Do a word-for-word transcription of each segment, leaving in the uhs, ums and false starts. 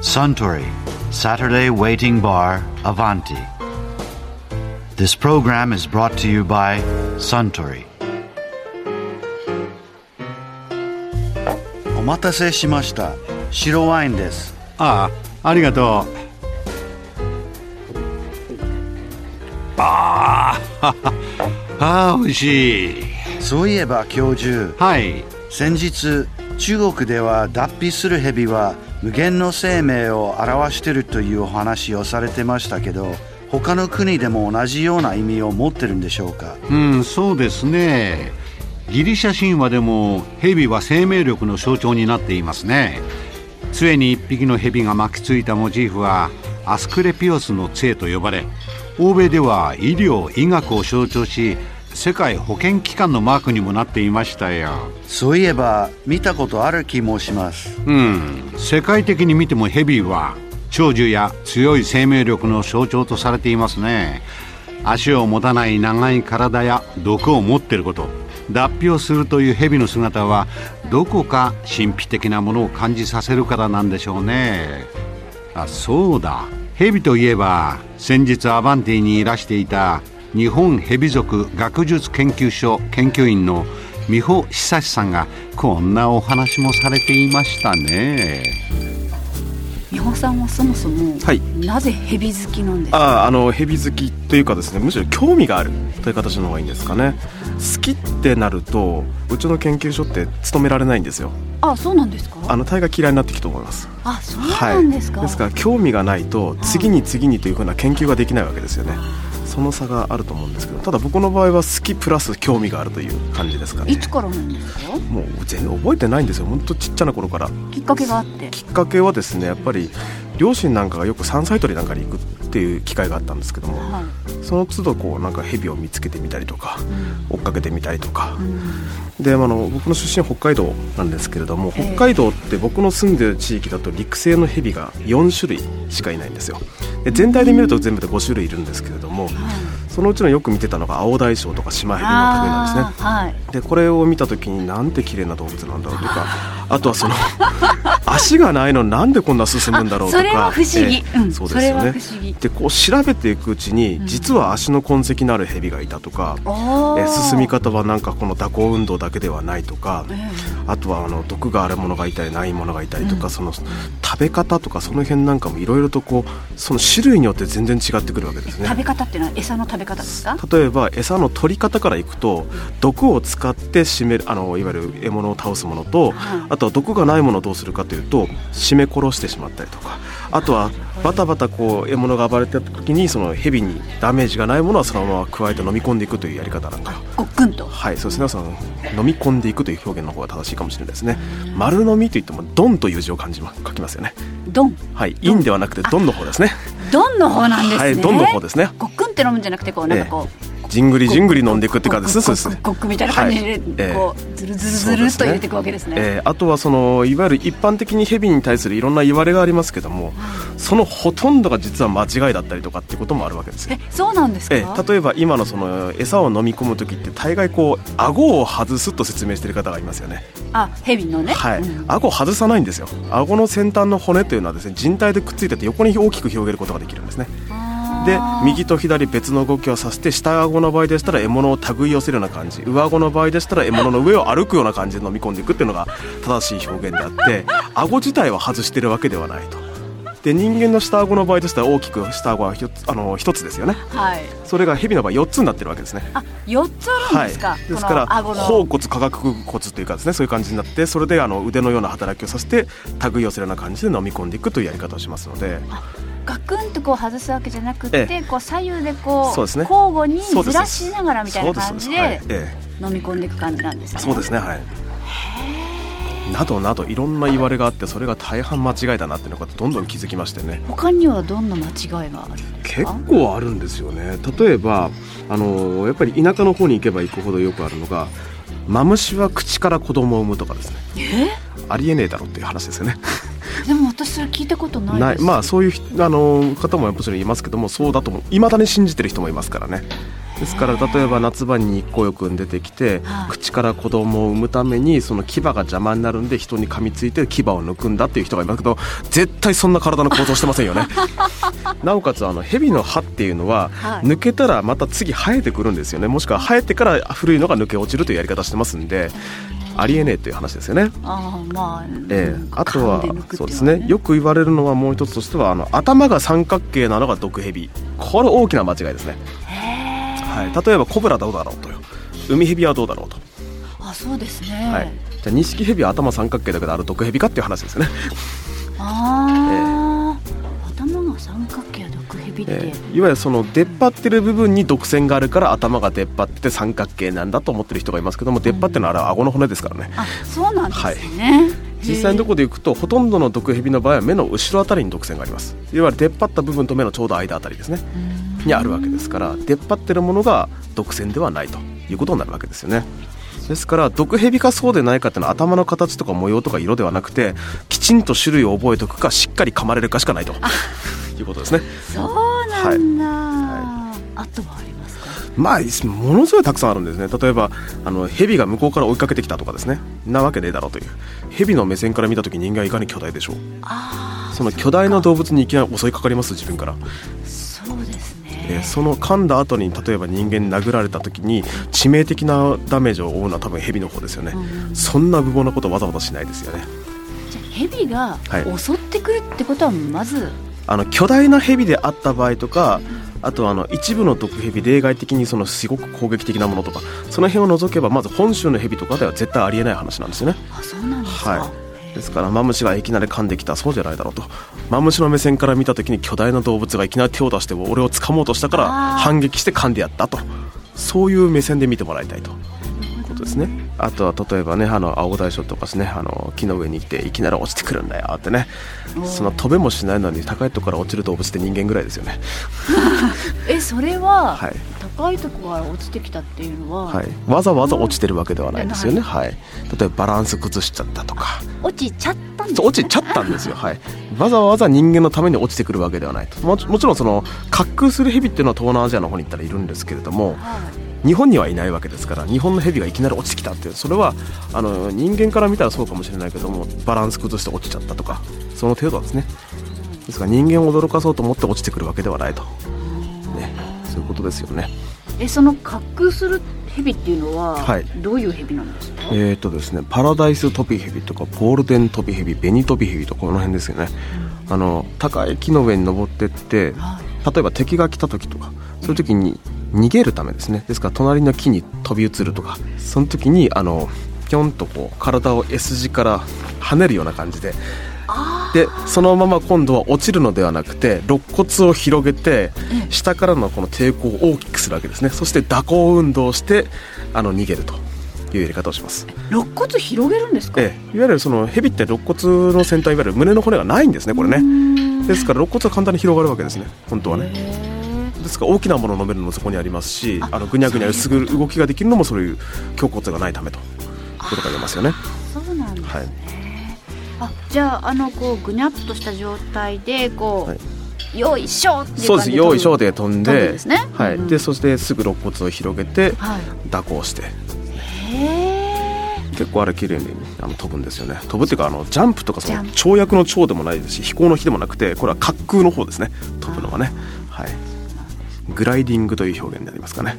Suntory Saturday Waiting Bar Avanti. This program is brought to you by Suntory. お待たせしました。白ワインです。 ああ、ありがとう。ああ、ああ、美味しい。 そういえば教授、 はい。 先日中国では脱皮する蛇は無限の生命を表しているというお話をされてましたけど、他の国でも同じような意味を持ってるんでしょうか？ うん、そうですね。ギリシャ神話でも蛇は生命力の象徴になっていますね。杖に一匹の蛇が巻きついたモチーフはアスクレピオスの杖と呼ばれ、欧米では医療・医学を象徴し、世界保健機関のマークにもなっていましたよ。 そういえば見たことある気もします。 うん、世界的に見てもヘビは長寿や強い生命力の象徴とされていますね。足を持たない長い体や毒を持っていること、脱皮をするというヘビの姿はどこか神秘的なものを感じさせるからなんでしょうね。あ、そうだ、ヘビといえば先日アバンティにいらしていた日本ヘビ属学術研究所研究員の美保久さんがこんなお話もされていましたね。 美保さんはそもそも、はい、なぜヘビ好きなんですか？ ああのヘビ好きというかですね、むしろ興味があるという形の方がいいんですかね。好きってなるとうちの研究所って勤められないんですよ。 あ、そうなんですか？ あの大概嫌いになってきると思います。 あ、そうなんですか？ はい、ですから興味がないと次に次にというふうな研究ができないわけですよね。その差があると思うんですけど、ただ僕の場合は好きプラス興味があるという感じですかね。 いつからなんですか？ もう全然覚えてないんですよ。本当ちっちゃな頃から。 きっかけがあって？ きっかけはですね、やっぱり両親なんかがよく山菜採りなんかに行くっていう機会があったんですけども、はい、その都度こうなんか蛇を見つけてみたりとか、うん、追っかけてみたりとか、うん、であの僕の出身は北海道なんですけれども、北海道って僕の住んでる地域だと陸生の蛇がよん種類しかいないんですよ。で全体で見ると全部でご種類いるんですけれども、うん、そのうちのよく見てたのが青大将とかシマヘビの類なんですね。はい、でこれを見た時になんて綺麗な動物なんだろうとか、あとはその足がないのになんでこんな進むんだろうとか、 それは不思議、 えーうん、そうですよね。でこう調べていくうちに、実は足の痕跡のある蛇がいたとか、うん、えー、進み方はなんかこの蛇行運動だけではないとか、うん、あとはあの毒があるものがいたりないものがいたりとか、うん、その食べ方とかその辺なんかもいろいろとこうその種類によって全然違ってくるわけですね。 食べ方っていうのは餌の食べ方ですか？ 例えば餌の取り方からいくと、毒を使って締める、あのいわゆる獲物を倒すものと、あとは毒がないものをどうするかというと締め殺してしまったりとか、あとはバタバタこう獲物が暴れてた時にその蛇にダメージがないものはそのまま加えて飲み込んでいくというやり方なんか。 ごっくんと。 はい、そうですね。その飲み込んでいくという表現の方が正しいかもしれないですね。丸飲みといってもドンという字を漢字も書きますよね。 ドン。 はい、インではなくてドンの方ですね。 ドンの方なんですね。 はい、ドンの方ですね。 ごっくんって飲むんじゃなくてこうなんかこう、ええ、 じんぐりじんぐり飲んでいくって感じです。そうです。 ゴックみたいな感じでこうズルズルズルっと入れていくわけですね。 えー、あとはそのいわゆる一般的にヘビに対するいろんな言われがありますけども、そのほとんどが実は間違いだったりとかっていうこともあるわけですよ。 え、そうなんですか？ えー、例えば今のその餌を飲み込む時って大概こう顎を外すと説明している方がいますよね。 あ、ヘビのね。 はい、 うん、 顎を外さないんですよ。顎の先端の骨というのはですね、人体でくっついてて横に大きく広げることができるんですね。で右と左別の動きをさせて、下顎の場合でしたら獲物を手繰り寄せるような感じ、上顎の場合でしたら獲物の上を歩くような感じで飲み込んでいくっていうのが正しい表現であって、顎自体は外してるわけではないと。で人間の下顎の場合でしたら大きく下顎は一つ、あの一つですよね。はい、それがヘビの場合よっつになってるわけですね。 あ、よっつあるんですか？ はい、ですから頬骨下顎骨というかですね、そういう感じになって、それであの腕のような働きをさせて手繰り寄せるような感じで飲み込んでいくというやり方をしますので、 ガクンとこう外すわけじゃなくて、ええ、こう左右でこうそうですね、 交互にずらしながらみたいな感じで、 はい、 飲み込んでいく感じなんですね。 そうですね、はい。などなどいろんな言われがあって、それが大半間違いだなっていうのがどんどん気づきましてね。 他にはどんな間違いがあるんですか？ 結構あるんですよね。例えばあのやっぱり田舎の方に行けば行くほどよくあるのが、マムシは口から子供を産むとかですね。 え？ ありえねえだろっていう話ですよね。 でも私それ聞いたことないです。 ない、まあそういうあの方もやっぱりいますけども、そうだともいまだに信じてる人もいますからね。 ですから例えば夏場に日光浴に出てきて、はい、口から子供を産むためにその牙が邪魔になるんで人に噛みついて牙を抜くんだっていう人がいますけど、絶対そんな体の構造してませんよねなおかつあの蛇の歯っていうのは、はい、抜けたらまた次生えてくるんですよね。もしくは生えてから古いのが抜け落ちるというやり方してますんで、ありえねえという話ですよね。 あ、まあえー、あとはそうですね、よく言われるのはもう一つとしてはあの頭が三角形なのが毒蛇。これ大きな間違いですね。はい、例えばコブラどうだろうとよ、海蛇はどうだろうと。 あ、そうですね、 はい、じゃあニシキヘビは頭三角形だけどある毒蛇かっていう話ですよね。 あ、えー、頭が三角形は毒蛇って、えー、いわゆるその出っ張ってる部分に毒腺があるから頭が出っ張ってて三角形なんだと思ってる人がいますけども、出っ張ってるのはあれは顎の骨ですからね。 あ、そうなんですね、はい、 実際のところでいくとほとんどの毒蛇の場合は目の後ろあたりに毒腺があります。いわゆる出っ張った部分と目のちょうど間あたりですねにあるわけですから、出っ張ってるものが毒腺ではないということになるわけですよね。ですから毒蛇かそうでないかっていうのは頭の形とか模様とか色ではなくて、きちんと種類を覚えておくかしっかり噛まれるかしかないということですね。 そうなんだ、はいはい、あとはありますか？ まあ、ものすごいたくさんあるんですね。例えばあの蛇が向こうから追いかけてきたとかですね、なわけねえだろうという。蛇の目線から見たとき人間はいかに巨大でしょう。あ、その巨大な動物にいきなり襲いかかります。自分から。 そうですね、 えー、その噛んだ後に例えば人間に殴られた時に致命的なダメージを負うのは多分蛇の方ですよね、うん、そんな無謀なことわざわざしないですよね。 じゃあ蛇が襲ってくるってことはまず、はい、 あの巨大な蛇であった場合とか、あとはあの一部の毒蛇例外的にそのすごく攻撃的なものとか、その辺を除けばまず本州の蛇とかでは絶対ありえない話なんですよね。 あ、そうなんですか、 はい、ですからマムシがいきなり噛んできた、そうじゃないだろうと。マムシの目線から見た時に巨大な動物がいきなり手を出して俺を掴もうとしたから反撃して噛んでやったと、そういう目線で見てもらいたいということですね。あとは例えばね、あの青大将とかですね、あの木の上に来ていきなり落ちてくるんだよってね、その飛べもしないのに高いところから落ちる動物って人間ぐらいですよねえ、それは、はい、高いところから落ちてきたっていうのは、 はい、わざわざ落ちてるわけではないですよね、はい、例えばバランス崩しちゃったとか落ちちゃったんですね。 落ちちゃったんですよ、はい、わざわざ人間のために落ちてくるわけではないと。 も, もちろんその滑空するヘビっていうのは東南アジアの方に行ったらいるんですけれども、はい、日本にはいないわけですから、日本のヘビがいきなり落ちてきたっていう、それはあの人間から見たらそうかもしれないけども、バランス崩して落ちちゃったとかその程度ですね。ですから人間を驚かそうと思って落ちてくるわけではないと、ね、そういうことですよね。 え、その滑空するヘビっていうのは、はい、どういうヘビなんですか？ えーとですね、パラダイストビヘビとかゴールデントビヘビ、ベニトビヘビとかこの辺ですよね、うん、あの高い木の上に登ってって、はい、例えば敵が来た時とかそういう時に逃げるためですね。ですから隣の木に飛び移るとか、その時にあのピョンとこう体を S 字から跳ねるような感じで、でそのまま今度は落ちるのではなくて肋骨を広げて下からのこの抵抗を大きくするわけですね。そして蛇行運動をしてあの逃げるというやり方をします。 肋骨広げるんですか？ ええ、いわゆるそのヘビって肋骨の先端、いわゆる胸の骨がないんですね、これね。ですから肋骨が簡単に広がるわけですね、本当はね。ですから大きなものを飲めるのもそこにありますし、あのぐにゃぐにゃすぐ動きができるのもそういう胸骨がないためということが言えますよね。 そうなんですね、はい。あ、じゃあ、あのこうぐにゃっとした状態でこう、はい、よいしょっていう感じで飛ぶ。そうです、よいしょで飛んで、飛ぶんですね、はい、うん、でそしてすぐ肋骨を広げて、はい、蛇行して、へー、結構あれ綺麗にあの飛ぶんですよね。飛ぶっていうかあのジャンプとかその跳躍の跳でもないですし、飛行の飛でもなくて、これは滑空の方ですね、飛ぶのがね、はい、グライディングという表現になりますかね。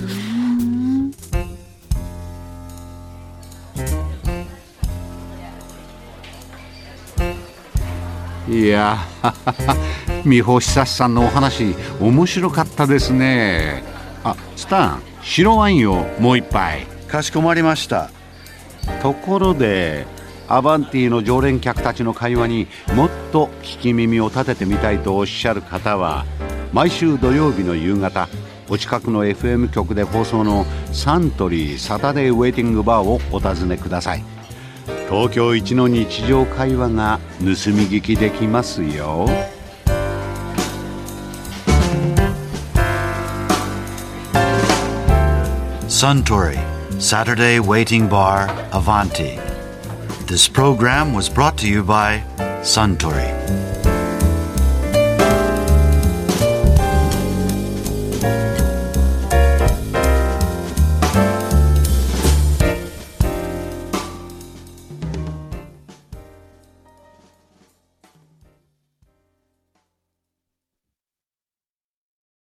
いや三保久さんのお話面白かったですね。あ、スタン、白ワインをもう一杯。 かしこまりました。 ところでアバンティの常連客たちの会話にもっと聞き耳を立ててみたいとおっしゃる方は、毎週土曜日の夕方お近くの エフエム 局で放送のサントリーサタデーウェイティングバーをお尋ねください。東京一の日常会話が盗み聞きできますよ。 Suntory Saturday Waiting Bar Avanti. This program was brought to you by Suntory.